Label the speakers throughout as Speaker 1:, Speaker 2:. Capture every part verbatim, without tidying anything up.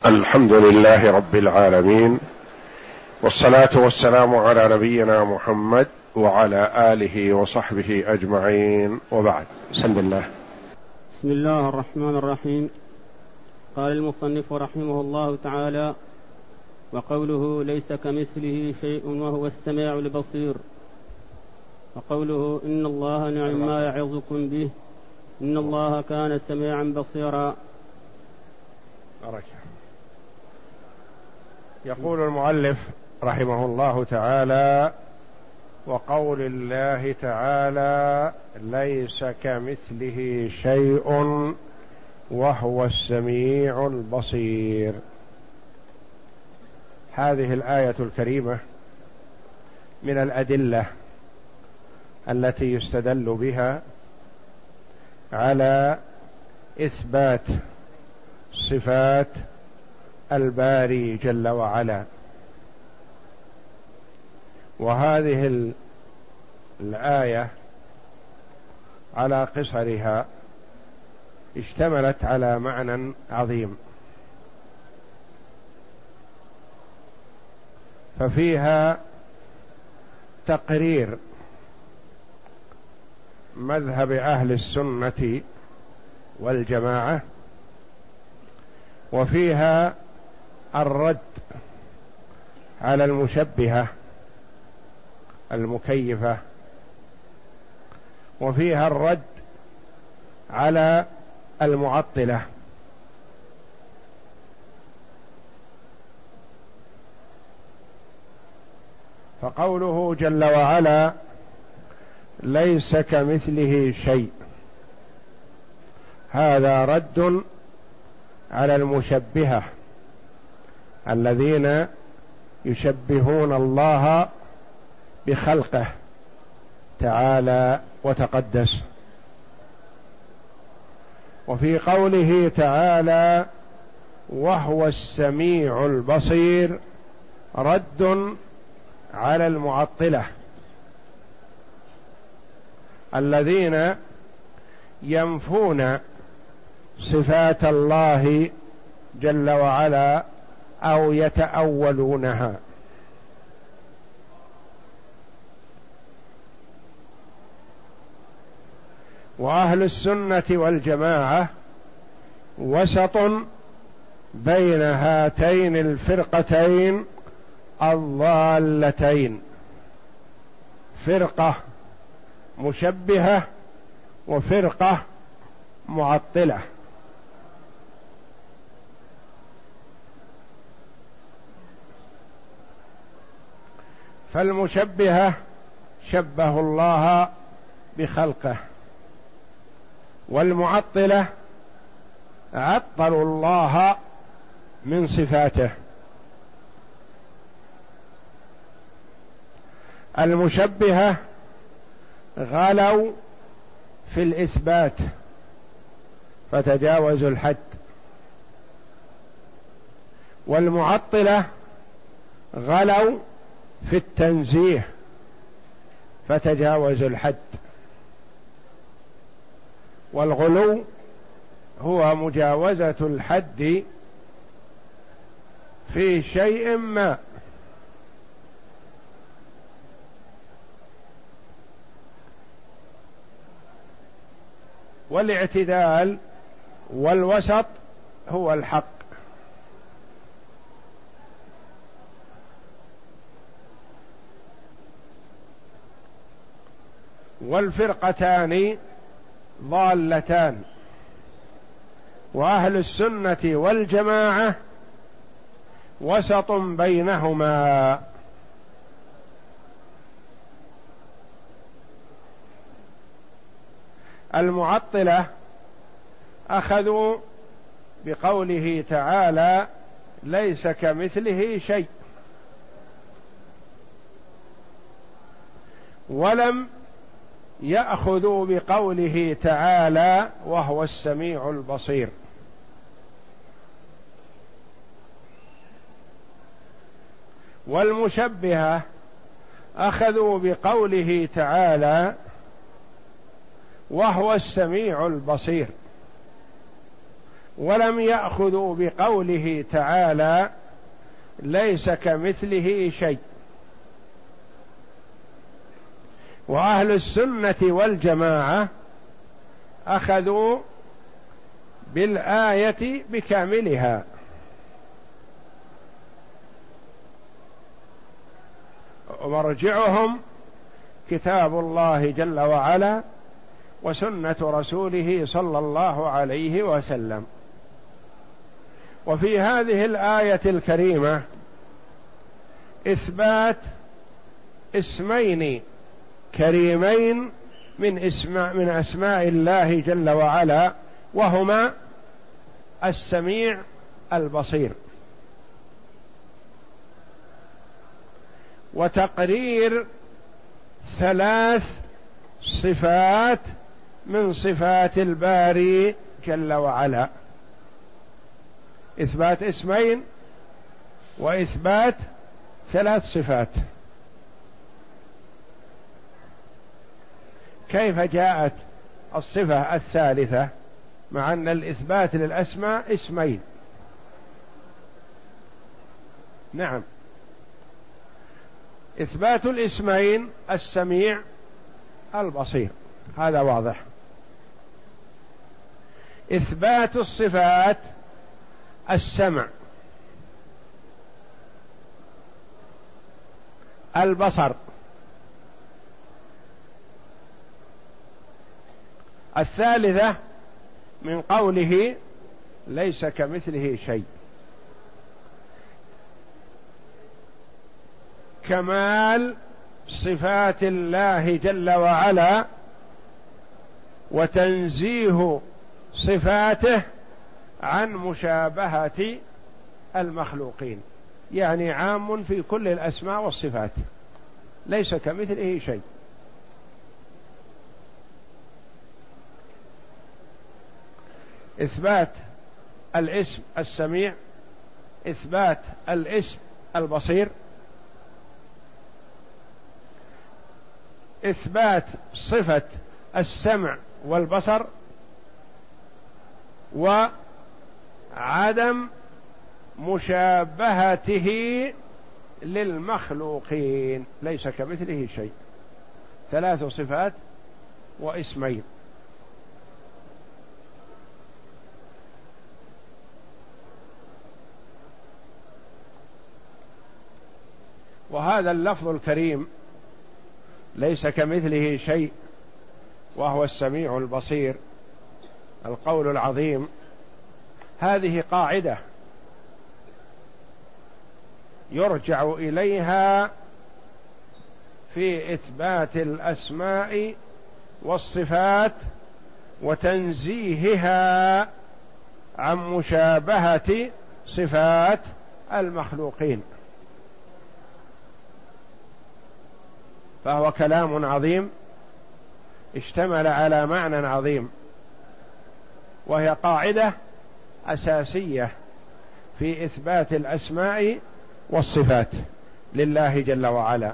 Speaker 1: الحمد لله رب العالمين، والصلاة والسلام على نبينا محمد وعلى آله وصحبه أجمعين، وبعد. بسم الله.
Speaker 2: بسم الله الرحمن الرحيم. قال المصنف رحمه الله تعالى: وقوله ليس كمثله شيء وهو السميع البصير، وقوله إن الله نعم ما يعظكم به إن الله كان سميعا بصيرا.
Speaker 1: يقول المؤلف رحمه الله تعالى: وقول الله تعالى ليس كمثله شيء وهو السميع البصير. هذه الآية الكريمة من الأدلة التي يستدل بها على إثبات صفات الباري جل وعلا. وهذه الآية على قصرها اشتملت على معنى عظيم، ففيها تقرير مذهب أهل السنة والجماعة، وفيها الرد على المشبهة المكيفة، وفيها الرد على المعطلة. فقوله جل وعلا ليس كمثله شيء، هذا رد على المشبهة الذين يشبهون الله بخلقه تعالى وتقدس. وفي قوله تعالى وهو السميع البصير رد على المعطلة الذين ينفون صفات الله جل وعلا أو يتأولونها. وأهل السنة والجماعة وسط بين هاتين الفرقتين الضالتين، فرقة مشبهة وفرقة معطلة. فالمشبهة شبهوا الله بخلقه، والمعطلة عطلوا الله من صفاته. المشبهة غلوا في الإثبات فتجاوزوا الحد، والمعطلة غلوا في التنزيه فتجاوزوا الحد. والغلو هو مجاوزة الحد في شيء ما، والاعتدال والوسط هو الحق. والفرقتان ضالتان، وأهل السنة والجماعة وسط بينهما. المعطلة أخذوا بقوله تعالى ليس كمثله شيء، ولم يأخذوا بقوله تعالى وهو السميع البصير. والمشبهة أخذوا بقوله تعالى وهو السميع البصير، ولم يأخذوا بقوله تعالى ليس كمثله شيء. وأهل السنة والجماعة أخذوا بالآية بكاملها، ومرجعهم كتاب الله جل وعلا وسنة رسوله صلى الله عليه وسلم. وفي هذه الآية الكريمة إثبات اسمين كريمين من اسماء من أسماء الله جل وعلا، وهما السميع البصير، وتقرير ثلاث صفات من صفات الباري جل وعلا: إثبات اسمين وإثبات ثلاث صفات. كيف جاءت الصفة الثالثة مع أن الإثبات للأسماء اسمين؟ نعم، إثبات الاسمين السميع البصير، هذا واضح. إثبات الصفات السمع البصر الثالثة من قوله ليس كمثله شيء، كمال صفات الله جل وعلا وتنزيه صفاته عن مشابهة المخلوقين، يعني عام في كل الأسماء والصفات، ليس كمثله شيء. إثبات الاسم السميع، إثبات الاسم البصير، إثبات صفة السمع والبصر، وعدم مشابهته للمخلوقين، ليس كمثله شيء. ثلاث صفات واسمين. وهذا اللفظ الكريم ليس كمثله شيء وهو السميع البصير، القول العظيم، هذه قاعدة يرجع إليها في إثبات الأسماء والصفات وتنزيهها عن مشابهة صفات المخلوقين. فهو كلام عظيم اشتمل على معنى عظيم، وهي قاعدة أساسية في إثبات الأسماء والصفات لله جل وعلا.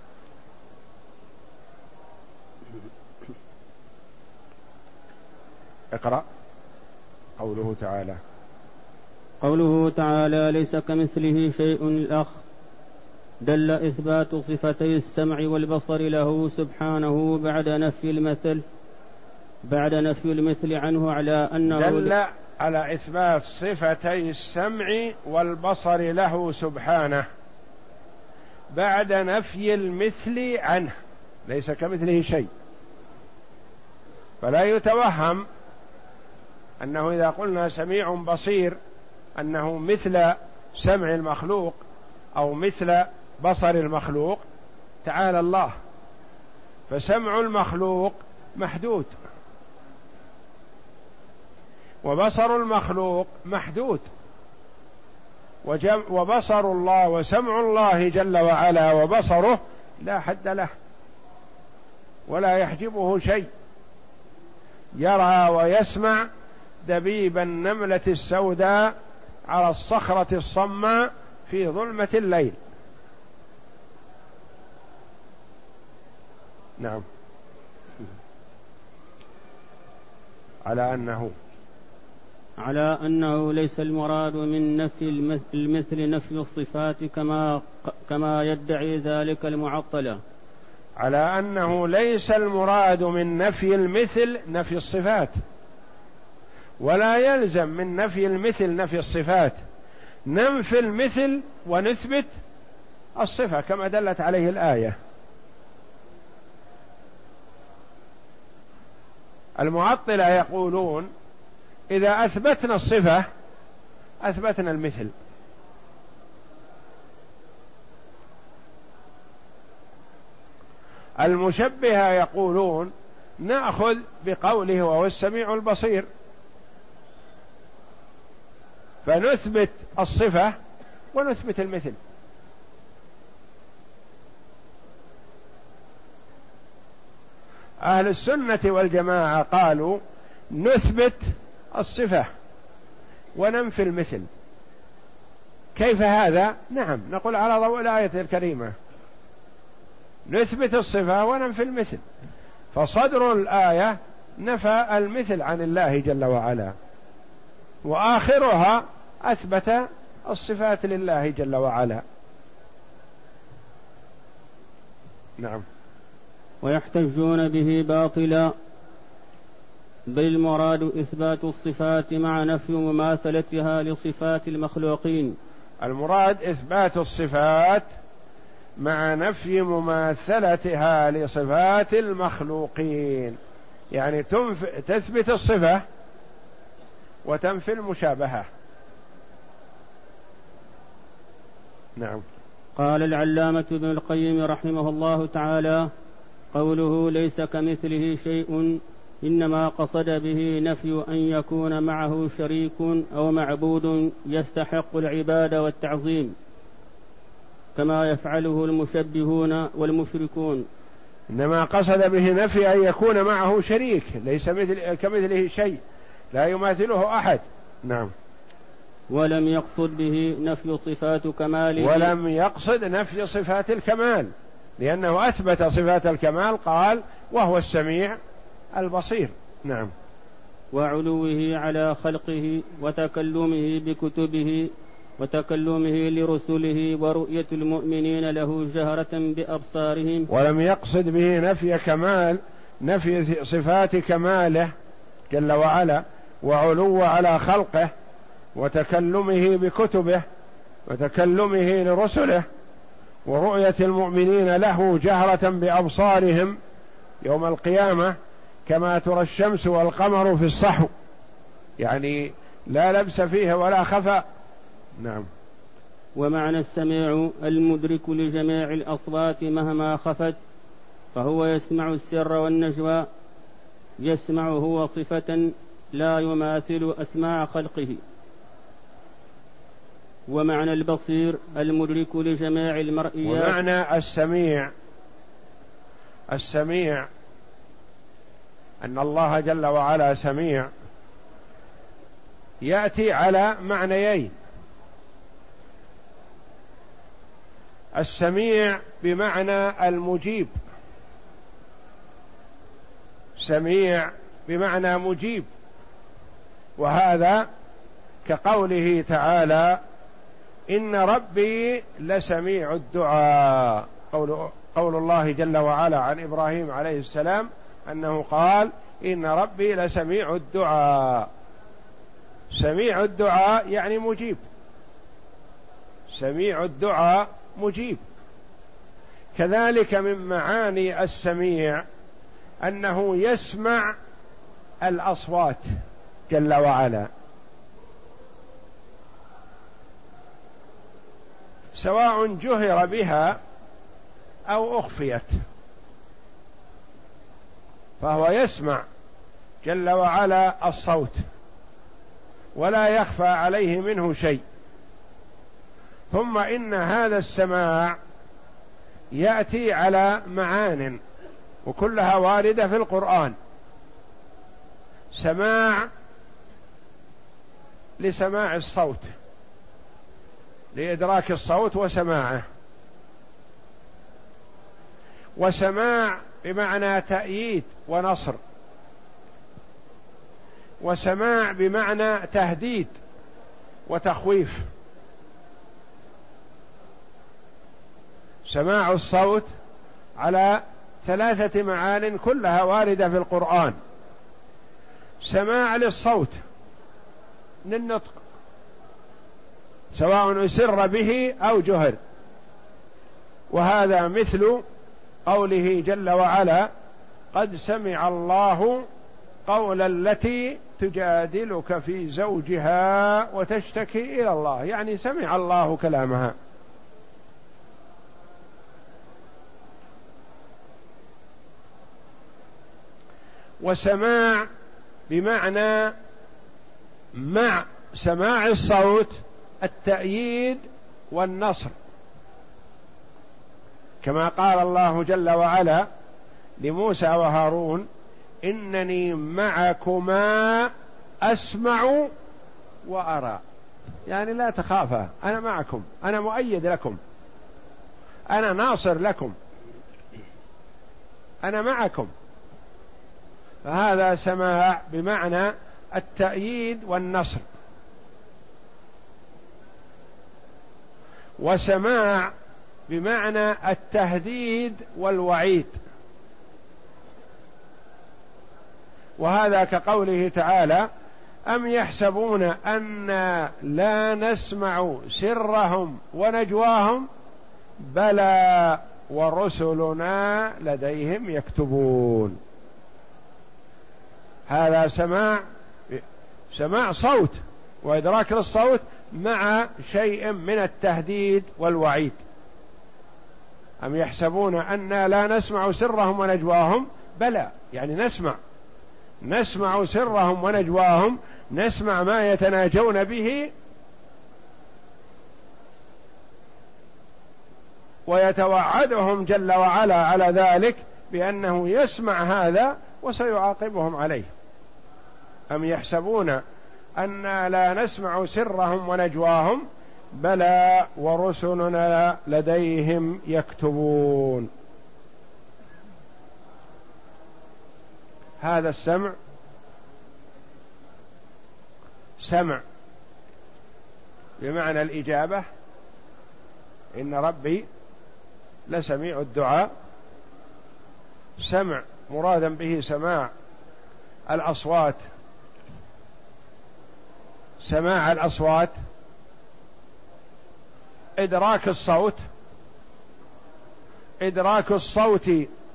Speaker 1: اقرأ قوله تعالى.
Speaker 2: قوله تعالى ليس كمثله شيء الأخ، دل إثبات صفتي السمع والبصر له سبحانه بعد نفي المثل بعد نفي المثل عنه على أنه
Speaker 1: دل على إثبات صفتي السمع والبصر له سبحانه بعد نفي المثل عنه، ليس كمثله شيء. فلا يتوهم أنه إذا قلنا سميع بصير أنه مثل سمع المخلوق أو مثل بصر المخلوق. تعالى الله، فسمع المخلوق محدود، وبصر المخلوق محدود، وبصر الله وسمع الله جل وعلا وبصره لا حد له ولا يحجبه شيء، يرى ويسمع دبيب النملة السوداء على الصخرة الصماء في ظلمة الليل. نعم،
Speaker 2: على أنه على أنه ليس المراد من نفي المثل نفي الصفات كما كما يدعي ذلك المعطلة.
Speaker 1: على أنه ليس المراد من نفي المثل نفي الصفات، ولا يلزم من نفي المثل نفي الصفات، ننفي المثل ونثبت الصفة كما دلت عليه الآية. المعطلة يقولون إذا أثبتنا الصفة أثبتنا المثل، المشبهة يقولون نأخذ بقوله وهو السميع البصير فنثبت الصفة ونثبت المثل. أهل السنة والجماعة قالوا نثبت الصفة وننفي المثل. كيف هذا؟ نعم نقول على ضوء الآية الكريمة نثبت الصفة وننفي المثل، فصدر الآية نفى المثل عن الله جل وعلا، وآخرها أثبت الصفات لله جل وعلا. نعم.
Speaker 2: ويحتجون به باطلا، بل المراد إثبات الصفات مع نفي مماثلتها لصفات المخلوقين.
Speaker 1: المراد إثبات الصفات مع نفي مماثلتها لصفات المخلوقين، يعني تثبت الصفة وتنفي المشابهة. نعم.
Speaker 2: قال العلامة ابن القيم رحمه الله تعالى: قوله ليس كمثله شيء إنما قصد به نفي أن يكون معه شريك أو معبود يستحق العبادة والتعظيم كما يفعله المشبهون والمشركون.
Speaker 1: إنما قصد به نفي أن يكون معه شريك، ليس مثل كمثله شيء، لا يماثله أحد. نعم.
Speaker 2: ولم يقصد به نفي صفات كماله،
Speaker 1: ولم يقصد نفي صفات الكمال، لأنه أثبت صفات الكمال قال وهو السميع البصير. نعم.
Speaker 2: وعلوه على خلقه وتكلمه بكتبه وتكلمه لرسله ورؤية المؤمنين له جهرة بأبصارهم.
Speaker 1: ولم يقصد به نفي كمال، نفي صفات كماله جل وعلا، وعلو على خلقه، وتكلمه بكتبه، وتكلمه لرسله، ورؤية المؤمنين له جهرة بأبصارهم يوم القيامة كما ترى الشمس والقمر في الصحو، يعني لا لبس فيه ولا خفاء. نعم.
Speaker 2: ومعنى السميع المدرك لجميع الأصوات مهما خفت، فهو يسمع السر والنجوى، يسمع هو صفة لا يماثل أسماع خلقه. ومعنى البصير المدرك لجميع المرئيات.
Speaker 1: ومعنى السميع السميع أن الله جل وعلا سميع يأتي على معنيين: السميع بمعنى المجيب، سميع بمعنى مجيب، وهذا كقوله تعالى إن ربي لسميع الدعاء، قول, قول الله جل وعلا عن إبراهيم عليه السلام أنه قال إن ربي لسميع الدعاء. سميع الدعاء يعني مجيب، سميع الدعاء مجيب. كذلك من معاني السميع أنه يسمع الأصوات جل وعلا، سواء جهر بها أو أخفيت، فهو يسمع جل وعلا الصوت ولا يخفى عليه منه شيء. ثم إن هذا السماع يأتي على معان وكلها واردة في القرآن: سماع لسماع الصوت، لإدراك الصوت وسماعه، وسماع بمعنى تأييد ونصر، وسماع بمعنى تهديد وتخويف. سماع الصوت على ثلاثة معان كلها واردة في القرآن. سماع للصوت للنطق سواء أسر به أو جهر، وهذا مثل قوله جل وعلا: قد سمع الله قول التي تجادلك في زوجها وتشتكي إلى الله، يعني سمع الله كلامها. وسماع بمعنى مع سماع الصوت التأييد والنصر، كما قال الله جل وعلا لموسى وهارون: إنني معكما أسمع وأرى، يعني لا تخافا، أنا معكم، أنا مؤيد لكم، أنا ناصر لكم، أنا معكم. فهذا سماع بمعنى التأييد والنصر. وسماع بمعنى التهديد والوعيد، وهذا كقوله تعالى: أم يحسبون أنا لا نسمع سرهم ونجواهم بلى ورسلنا لديهم يكتبون. هذا سماع سماع صوت وإدراك للصوت مع شيء من التهديد والوعيد. أم يحسبون أنا لا نسمع سرهم ونجواهم بلى، يعني نسمع نسمع سرهم ونجواهم، نسمع ما يتناجون به، ويتوعدهم جل وعلا على ذلك بأنه يسمع هذا وسيعاقبهم عليه. أم يحسبون أنا لا نسمع سرهم ونجواهم بلى ورسلنا لديهم يكتبون. هذا السمع سمع بمعنى الإجابة، إن ربي لسميع الدعاء. سمع مرادا به سماع الأصوات، سماع الأصوات، إدراك الصوت، إدراك الصوت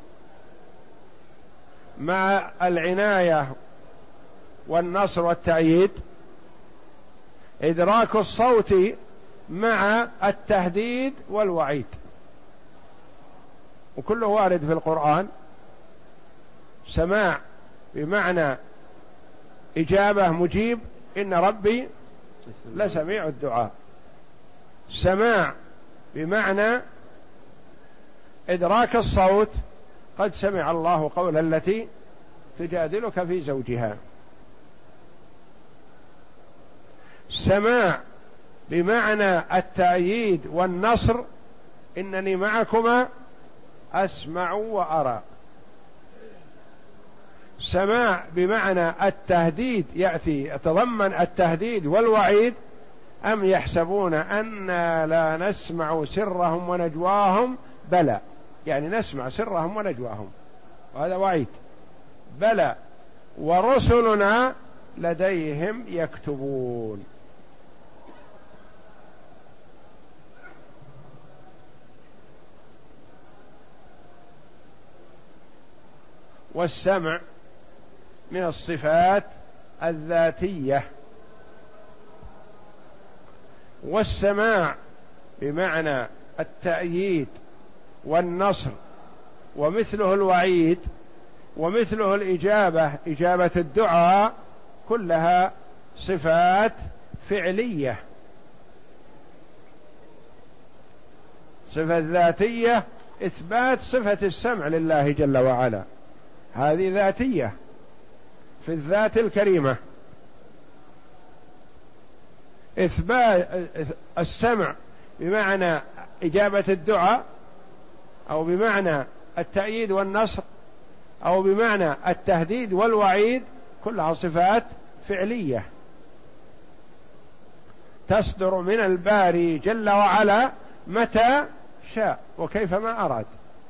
Speaker 1: مع العناية والنصر والتأييد، إدراك الصوت مع التهديد والوعيد، وكله وارد في القرآن. سماع بمعنى إجابة مجيب، إن ربي لسميع الدعاء. سماع بمعنى إدراك الصوت، قد سمع الله قول التي تجادلك في زوجها. سماع بمعنى التأييد والنصر، إنني معكما أسمع وأرى. سماع بمعنى التهديد، يأتي يتضمن التهديد والوعيد: أم يحسبون أنا لا نسمع سرهم ونجواهم بلى، يعني نسمع سرهم ونجواهم، وهذا وعيد. بلى ورسلنا لديهم يكتبون. والسمع من الصفات الذاتية. والسماع بمعنى التأييد والنصر، ومثله الوعيد، ومثله الإجابة، إجابة الدعاء، كلها صفات فعلية. صفة ذاتية إثبات صفة السمع لله جل وعلا، هذه ذاتية في الذات الكريمة. إثبات السمع بمعنى إجابة الدعاء، أو بمعنى التأييد والنصر، أو بمعنى التهديد والوعيد، كلها صفات فعلية تصدر من الباري جل وعلا متى شاء وكيفما أراد.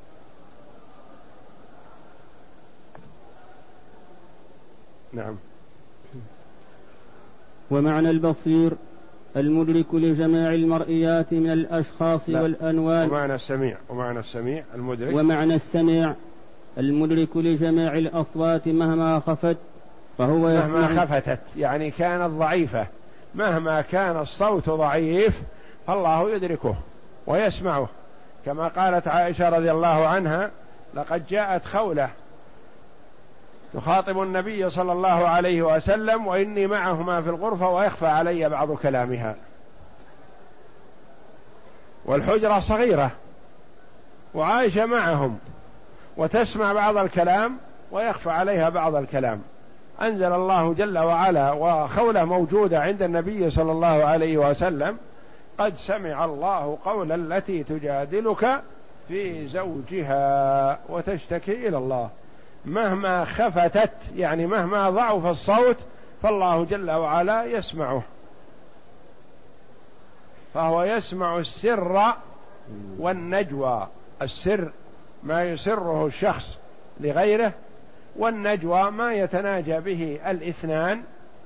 Speaker 1: نعم.
Speaker 2: ومعنى البصير المدرك لجميع المرئيات من الأشخاص
Speaker 1: لا.
Speaker 2: والأنواع.
Speaker 1: ومعنى السميع ومعنى السميع المدرك
Speaker 2: ومعنى السميع المدرك لجميع الأصوات مهما خفت فهو
Speaker 1: مهما خفتت يعني كانت ضعيفة، مهما كان الصوت ضعيف فالله يدركه ويسمعه، كما قالت عائشة رضي الله عنها: لقد جاءت خولة تخاطب النبي صلى الله عليه وسلم وإني معهما في الغرفة ويخفى علي بعض كلامها، والحجرة صغيرة وعائشة معهم وتسمع بعض الكلام ويخفى عليها بعض الكلام. أنزل الله جل وعلا وخولة موجودة عند النبي صلى الله عليه وسلم: قد سمع الله قول التي تجادلك في زوجها وتشتكي إلى الله. مهما خفتت يعني مهما ضعف الصوت فالله جل وعلا يسمعه، فهو يسمع السر والنجوى. السر ما يسره الشخص لغيره، والنجوى ما يتناجى به الاثنان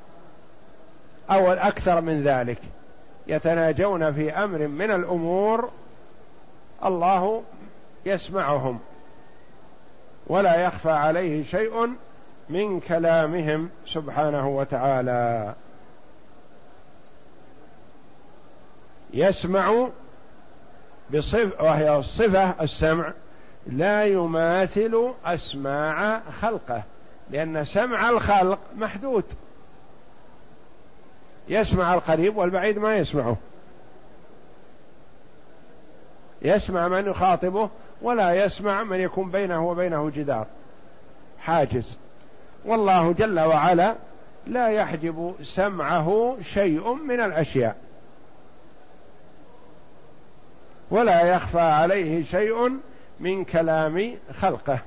Speaker 1: أو الأكثر من ذلك، يتناجون في أمر من الأمور الله يسمعهم ولا يخفى عليه شيء من كلامهم سبحانه وتعالى. يسمع بصفة، وهي الصفة السمع، لا يماثل أسماع خلقه، لأن سمع الخلق محدود، يسمع القريب والبعيد ما يسمعه، يسمع من يخاطبه ولا يسمع من يكون بينه وبينه جدار حاجز. والله جل وعلا لا يحجب سمعه شيء من الأشياء ولا يخفى عليه شيء من كلام خلقه.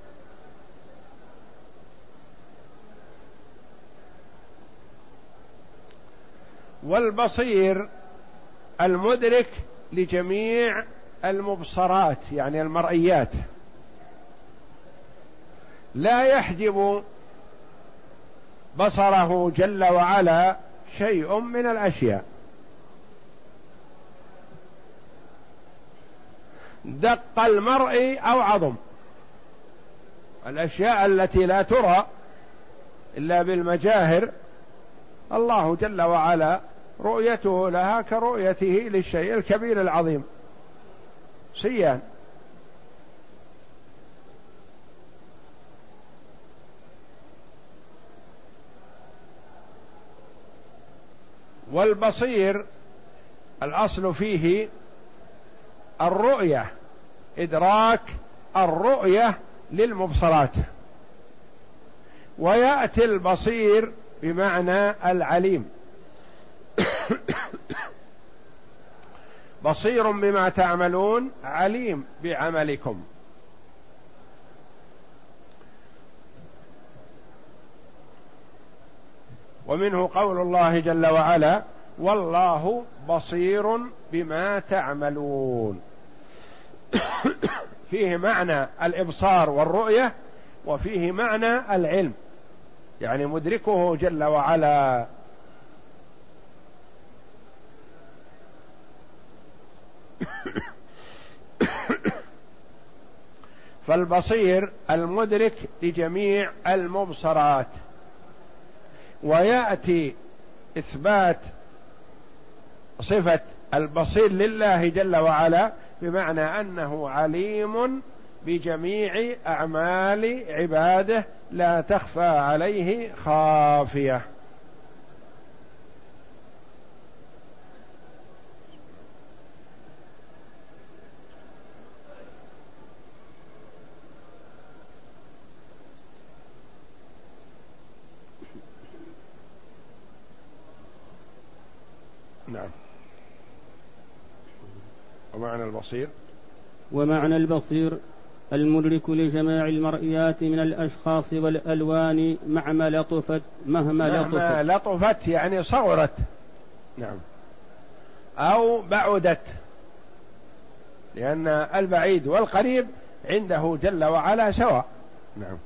Speaker 1: والبصير المدرك لجميع المبصرات يعني المرئيات، لا يحجب بصره جل وعلا شيء من الأشياء. دق المرء أو عظم، الأشياء التي لا ترى إلا بالمجاهر الله جل وعلا رؤيته لها كرؤيته للشيء الكبير العظيم سيان. والبصير الأصل فيه الرؤية، إدراك الرؤية للمبصرات، ويأتي البصير بمعنى العليم. بصير بما تعملون عليم بعملكم. ومنه قول الله جل وعلا: والله بصير بما تعملون. فيه معنى الإبصار والرؤية، وفيه معنى العلم، يعني مدركه جل وعلا. فالبصير المدرك لجميع المبصرات. ويأتي إثبات صفة البصير لله جل وعلا بمعنى أنه عليم بجميع أعمال عباده لا تخفى عليه خافية. نعم. ومعنى البصير
Speaker 2: ومعنى البصير المدرك لجميع المرئيات من الأشخاص والألوان مهما لطفت مهما لطفت,
Speaker 1: مهما لطفت يعني صغرت، نعم، أو بعدت، لأن البعيد والقريب عنده جل وعلا سواء. نعم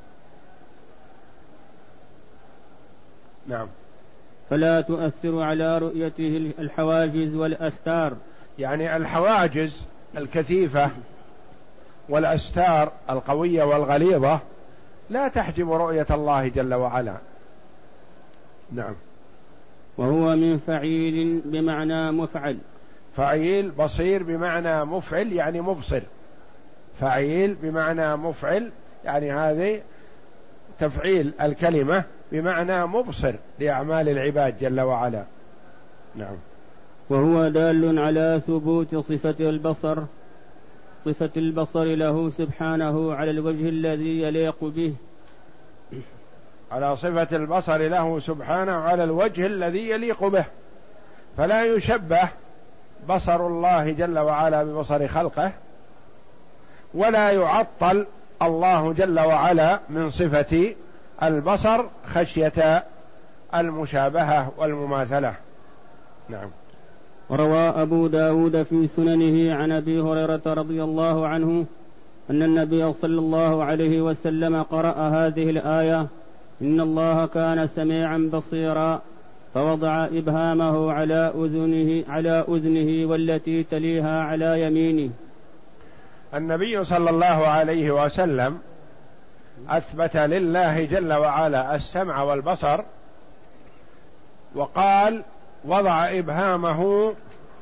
Speaker 1: نعم.
Speaker 2: فلا تؤثر على رؤيته الحواجز والأستار،
Speaker 1: يعني الحواجز الكثيفة والأستار القوية والغليظة لا تحجب رؤية الله جل وعلا. نعم.
Speaker 2: وهو من فعيل بمعنى مفعل.
Speaker 1: فعيل بصير بمعنى مفعل يعني مبصر، فعيل بمعنى مفعل يعني هذه تفعيل الكلمة بمعنى مبصر لأعمال العباد جل وعلا. نعم.
Speaker 2: وهو دال على ثبوت صفة البصر صفة البصر له سبحانه على الوجه الذي يليق به،
Speaker 1: على صفة البصر له سبحانه على الوجه الذي يليق به، فلا يشبه بصر الله جل وعلا ببصر خلقه، ولا يعطل الله جل وعلا من صفة البصر خشية المشابهة والمماثلة. نعم.
Speaker 2: وروى أبو داود في سننه عن أبي هريرة رضي الله عنه أن النبي صلى الله عليه وسلم قرأ هذه الآية: إن الله كان سميعا بصيرا، فوضع إبهامه على أذنه على أذنه والتي تليها على يمينه.
Speaker 1: النبي صلى الله عليه وسلم أثبت لله جل وعلا السمع والبصر، وقال وضع إبهامه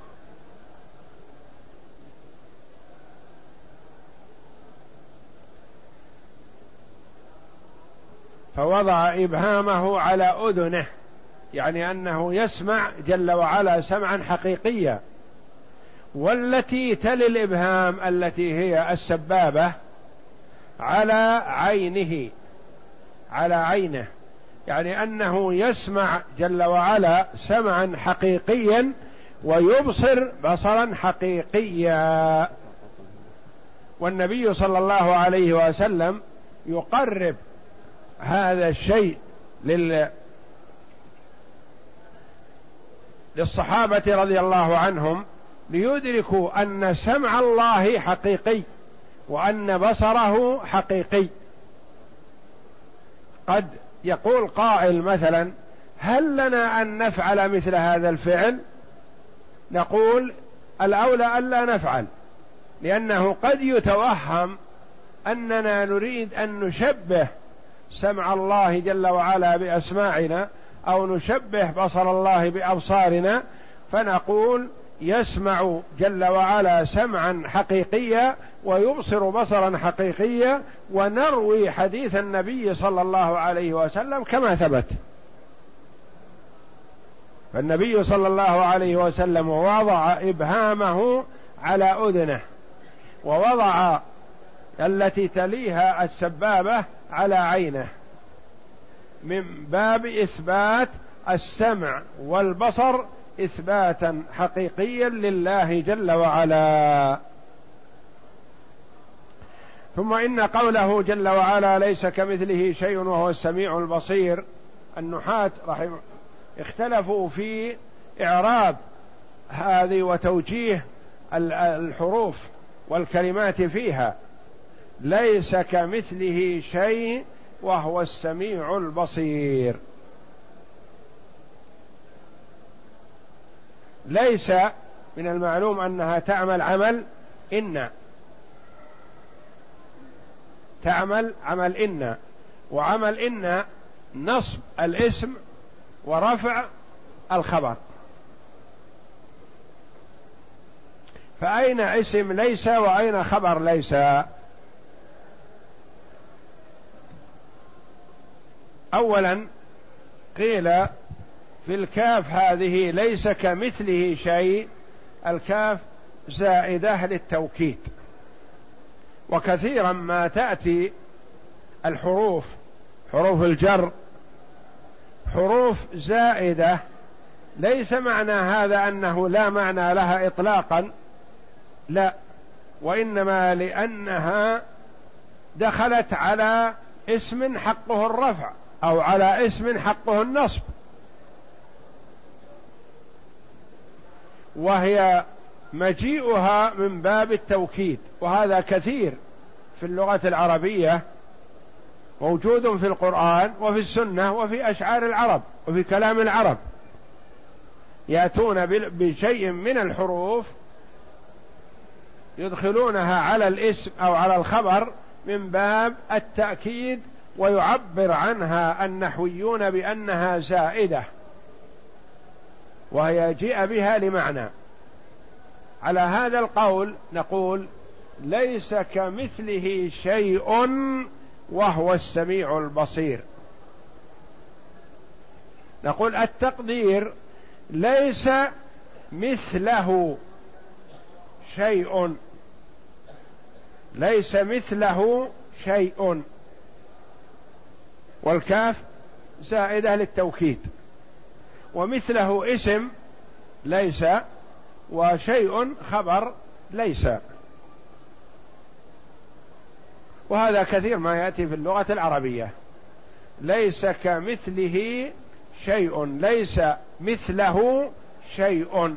Speaker 1: فوضع إبهامه على أذنه، يعني أنه يسمع جل وعلا سمعا حقيقيا، والتي تلي الإبهام التي هي السبابة على عينه على عينه، يعني أنه يسمع جل وعلا سمعا حقيقيا ويبصر بصرا حقيقيا. والنبي صلى الله عليه وسلم يقرب هذا الشيء لل للصحابة رضي الله عنهم ليدركوا أن سمع الله حقيقي وأن بصره حقيقي. قد يقول قائل مثلا: هل لنا أن نفعل مثل هذا الفعل؟ نقول الأولى ألا نفعل، لأنه قد يتوهم أننا نريد أن نشبه سمع الله جل وعلا بأسماعنا أو نشبه بصر الله بأبصارنا، فنقول يسمع جل وعلا سمعا حقيقيا ويبصر بصرا حقيقيا، ونروي حديث النبي صلى الله عليه وسلم كما ثبت. فالنبي صلى الله عليه وسلم وضع إبهامه على أذنه، ووضع التي تليها السبابة على عينه، من باب إثبات السمع والبصر إثباتا حقيقيا لله جل وعلا. ثم إن قوله جل وعلا ليس كمثله شيء وهو السميع البصير، النحاة رحمه اختلفوا في إعراب هذه وتوجيه الحروف والكلمات فيها. ليس كمثله شيء وهو السميع البصير. ليس من المعلوم أنها تعمل عمل إن، تعمل عمل إن، وعمل إن نصب الاسم ورفع الخبر. فأين اسم ليس وأين خبر ليس؟ أولا قيل في الكاف هذه ليس كمثله شيء، الكاف زائدة للتوكيد، وكثيرا ما تأتي الحروف حروف الجر حروف زائدة، ليس معنى هذا أنه لا معنى لها إطلاقا، لا، وإنما لأنها دخلت على اسم حقه الرفع أو على اسم حقه النصب، وهي مجيئها من باب التوكيد، وهذا كثير في اللغة العربية، موجود في القرآن وفي السنة وفي أشعار العرب وفي كلام العرب، يأتون بشيء من الحروف يدخلونها على الاسم أو على الخبر من باب التأكيد، ويعبر عنها النحويون بأنها زائدة، وهي جاء بها لمعنى. على هذا القول نقول ليس كمثله شيء وهو السميع البصير. نقول التقدير ليس مثله شيء، ليس مثله شيء، والكاف زائدة للتوكيد، ومثله اسم ليس، وشيء خبر ليس، وهذا كثير ما يأتي في اللغة العربية. ليس كمثله شيء، ليس مثله شيء.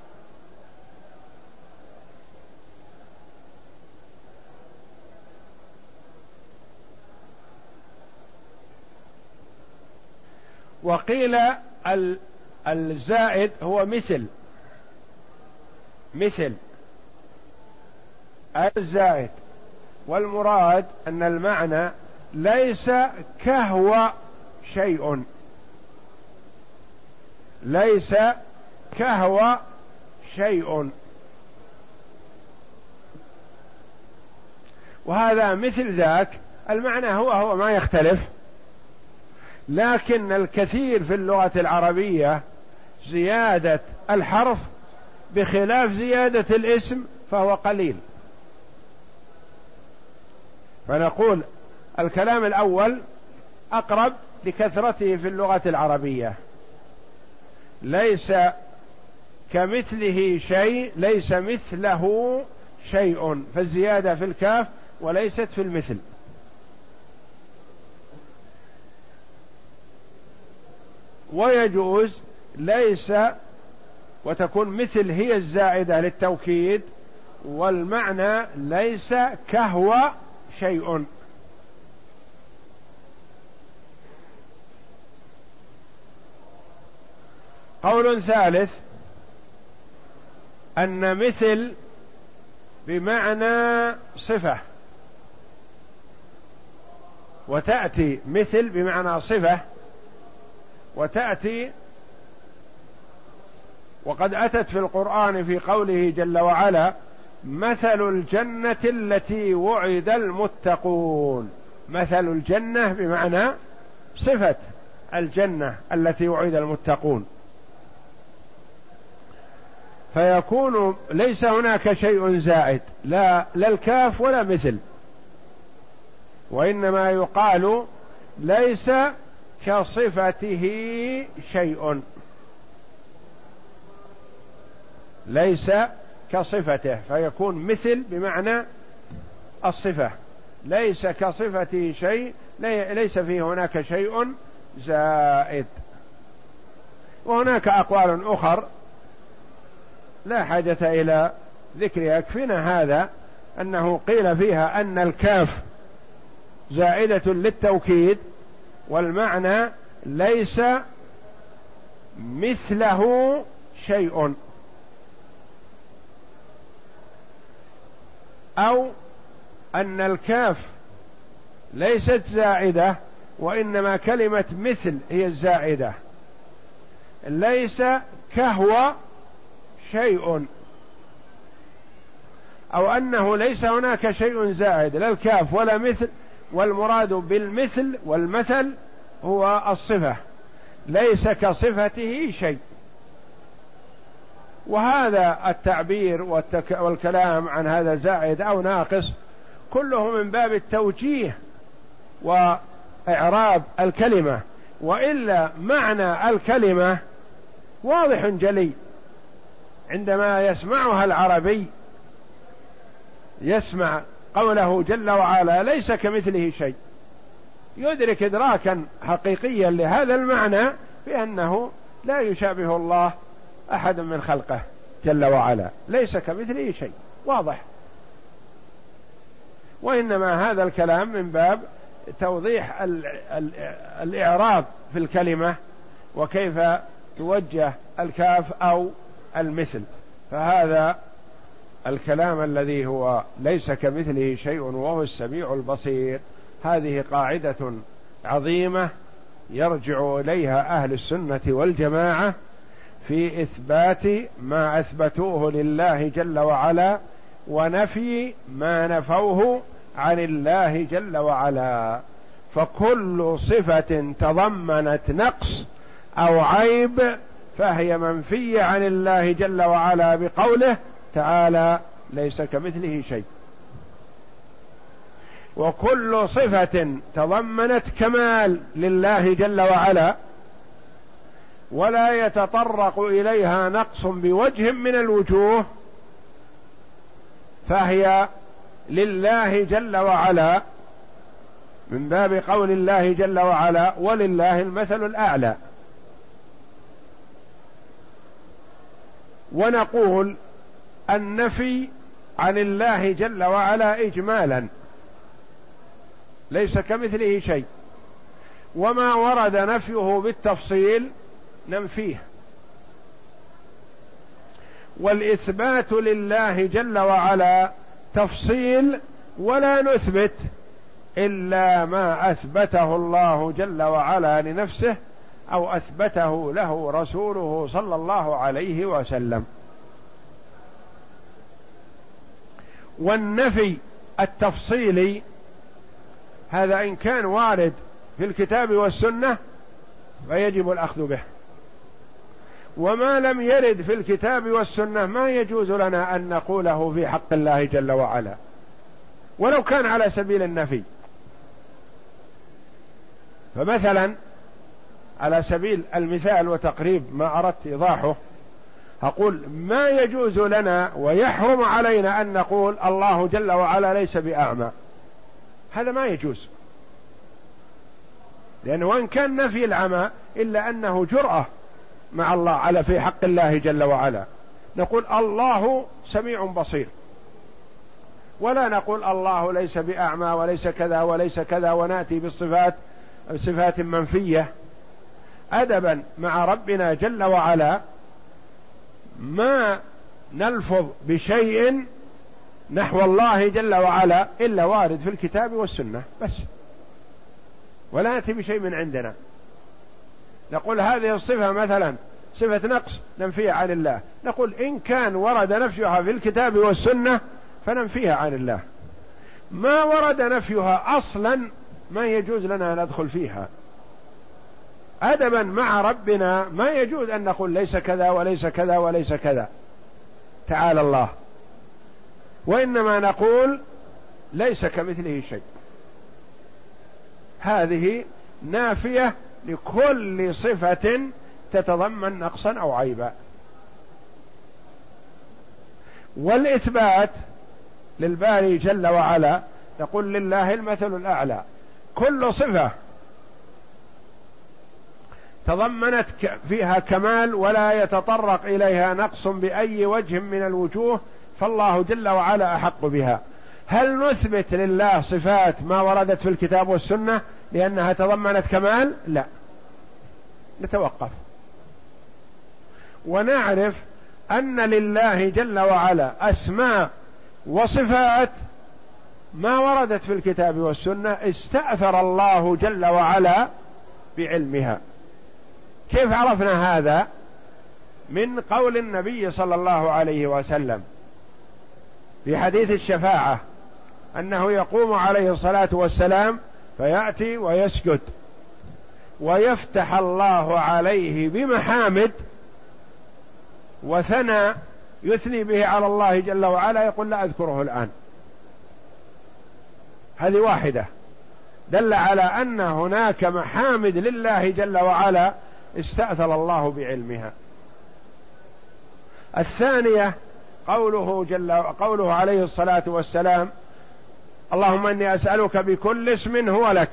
Speaker 1: وقيل الزائد هو مثل، مثل الزائد، والمراد أن المعنى ليس كهو شيء، ليس كهو شيء، وهذا مثل ذاك، المعنى هو هو ما يختلف، لكن الكثير في اللغة العربية زيادة الحرف بخلاف زيادة الاسم فهو قليل. فنقول الكلام الأول أقرب لكثرته في اللغة العربية، ليس كمثله شيء، ليس مثله شيء، فالزيادة في الكاف وليست في المثل. ويجوز ليس وتكون مثل هي الزائدة للتوكيد، والمعنى ليس كهو شيء. قول ثالث أن مثل بمعنى صفة، وتأتي مثل بمعنى صفة، وتأتي وقد أتت في القرآن في قوله جل وعلا مثل الجنة التي وعد المتقون. مثل الجنة بمعنى صفة الجنة التي وعد المتقون، فيكون ليس هناك شيء زائد، لا لا الكاف ولا مثل، وإنما يقال ليس كصفته شيء، ليس كصفته، فيكون مثل بمعنى الصفة، ليس كصفته شيء، ليس فيه هناك شيء زائد. وهناك أقوال أخر لا حاجة إلى ذكرها، يكفينا هذا أنه قيل فيها أن الكاف زائدة للتوكيد، والمعنى ليس مثله شيء، أو أن الكاف ليست زائدة وإنما كلمة مثل هي الزائدة، ليس كهو شيء، أو أنه ليس هناك شيء زائد، لا الكاف ولا مثل، والمراد بالمثل والمثل هو الصفة، ليس كصفته شيء. وهذا التعبير والتك... والكلام عن هذا زائد أو ناقص كله من باب التوجيه وإعراب الكلمة، وإلا معنى الكلمة واضح جلي عندما يسمعها العربي، يسمع قوله جل وعلا ليس كمثله شيء، يدرك إدراكا حقيقيا لهذا المعنى بأنه لا يشابه الله أحد من خلقه جل وعلا، ليس كمثله شيء، واضح. وإنما هذا الكلام من باب توضيح الإعراب في الكلمة وكيف توجه الكاف أو المثل. فهذا الكلام الذي هو ليس كمثله شيء وهو السميع البصير، هذه قاعدة عظيمة يرجع إليها أهل السنة والجماعة في إثبات ما أثبتوه لله جل وعلا ونفي ما نفوه عن الله جل وعلا. فكل صفة تضمنت نقص أو عيب فهي منفية عن الله جل وعلا بقوله تعالى ليس كمثله شيء. وكل صفة تضمنت كمال لله جل وعلا ولا يتطرق إليها نقص بوجه من الوجوه فهي لله جل وعلا من باب قول الله جل وعلا ولله المثل الأعلى. ونقول النفي عن الله جل وعلا إجمالا ليس كمثله شيء، وما ورد نفيه بالتفصيل ننفيه. والإثبات لله جل وعلا تفصيل ولا نثبت إلا ما أثبته الله جل وعلا لنفسه أو أثبته له رسوله صلى الله عليه وسلم. والنفي التفصيلي هذا إن كان وارد في الكتاب والسنة فيجب الأخذ به، وما لم يرد في الكتاب والسنة ما يجوز لنا أن نقوله في حق الله جل وعلا ولو كان على سبيل النفي. فمثلا على سبيل المثال وتقريب ما أردت إيضاحه أقول ما يجوز لنا ويحرم علينا أن نقول الله جل وعلا ليس بأعمى، هذا ما يجوز، لأنه وإن كان نفي العمى إلا أنه جرأة مع الله على في حق الله جل وعلا. نقول الله سميع بصير، ولا نقول الله ليس بأعمى وليس كذا وليس كذا ونأتي بالصفات صفات منفية أدبا مع ربنا جل وعلا. ما نلفظ بشيء نحو الله جل وعلا إلا وارد في الكتاب والسنة بس، ولا نأتي بشيء من عندنا. نقول هذه الصفة مثلا صفة نقص ننفيها عن الله، نقول إن كان ورد نفيها في الكتاب والسنة فننفيها عن الله، ما ورد نفيها أصلا ما يجوز لنا أن ندخل فيها أدبا مع ربنا. ما يجوز أن نقول ليس كذا وليس كذا وليس كذا تعالى الله، وإنما نقول ليس كمثله شيء. هذه نافية لكل صفة تتضمن نقصا أو عيبا. والإثبات للباري جل وعلا نقول لله المثل الأعلى. كل صفة تضمنت فيها كمال ولا يتطرق إليها نقص بأي وجه من الوجوه فالله جل وعلا أحق بها. هل نثبت لله صفات ما وردت في الكتاب والسنة لأنها تضمنت كمال؟ لا، نتوقف ونعرف أن لله جل وعلا أسماء وصفات ما وردت في الكتاب والسنة استأثر الله جل وعلا بعلمها. كيف عرفنا هذا؟ من قول النبي صلى الله عليه وسلم في حديث الشفاعة أنه يقوم عليه الصلاة والسلام فيأتي ويسجد ويفتح الله عليه بمحامد وثنى يثني به على الله جل وعلا، يقول لا أذكره الآن. هذه واحدة دل على أن هناك محامد لله جل وعلا استأثر الله بعلمها. الثانية قوله جل قوله عليه الصلاة والسلام اللهم إني أسألك بكل اسم هو لك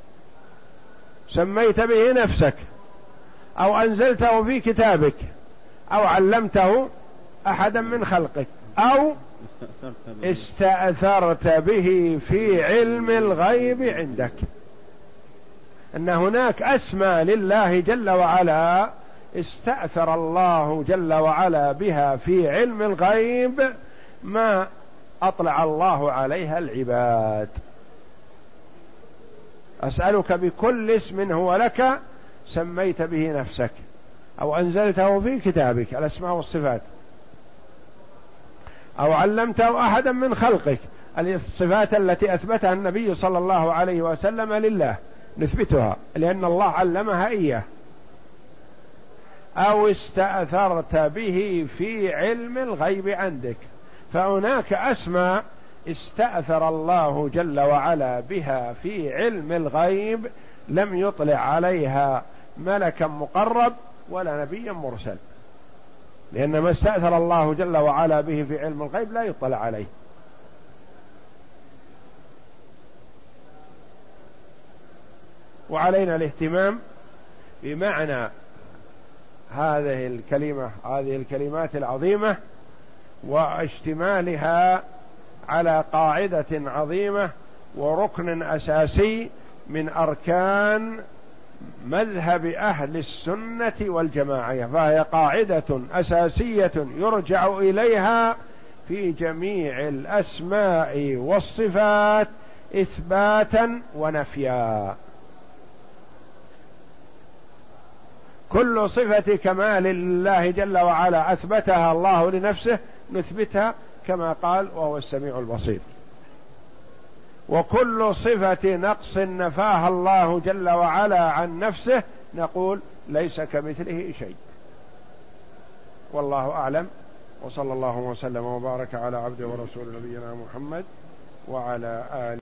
Speaker 1: سميت به نفسك أو أنزلته في كتابك أو علمته أحدا من خلقك أو استأثرت به في علم الغيب عندك. أن هناك أسماء لله جل وعلا استأثر الله جل وعلا بها في علم الغيب ما أطلع الله عليها العباد. أسألك بكل اسم هو لك سميت به نفسك أو أنزلته في كتابك الأسماء والصفات أو علمته أحدا من خلقك الصفات التي أثبتها النبي صلى الله عليه وسلم لله نثبتها لأن الله علمها إياه. أو استأثرت به في علم الغيب عندك. فهناك أسماء استأثر الله جل وعلا بها في علم الغيب لم يطلع عليها ملكا مقرب ولا نبيا مرسل، لأن ما استأثر الله جل وعلا به في علم الغيب لا يطلع عليه. وعلينا الاهتمام بمعنى هذه الكلمة هذه الكلمات العظيمة واشتمالها على قاعدة عظيمة وركن أساسي من أركان مذهب أهل السنة والجماعة، فهي قاعدة أساسية يرجع إليها في جميع الأسماء والصفات إثباتا ونفيا. كل صفة كمال لله جل وعلا أثبتها الله لنفسه نثبتها كما قال وهو السميع البصير، وكل صفة نقص نفاها الله جل وعلا عن نفسه نقول ليس كمثله شيء. والله أعلم، وصلى الله وسلم وبارك على عبده ورسول نبينا محمد وعلى آله.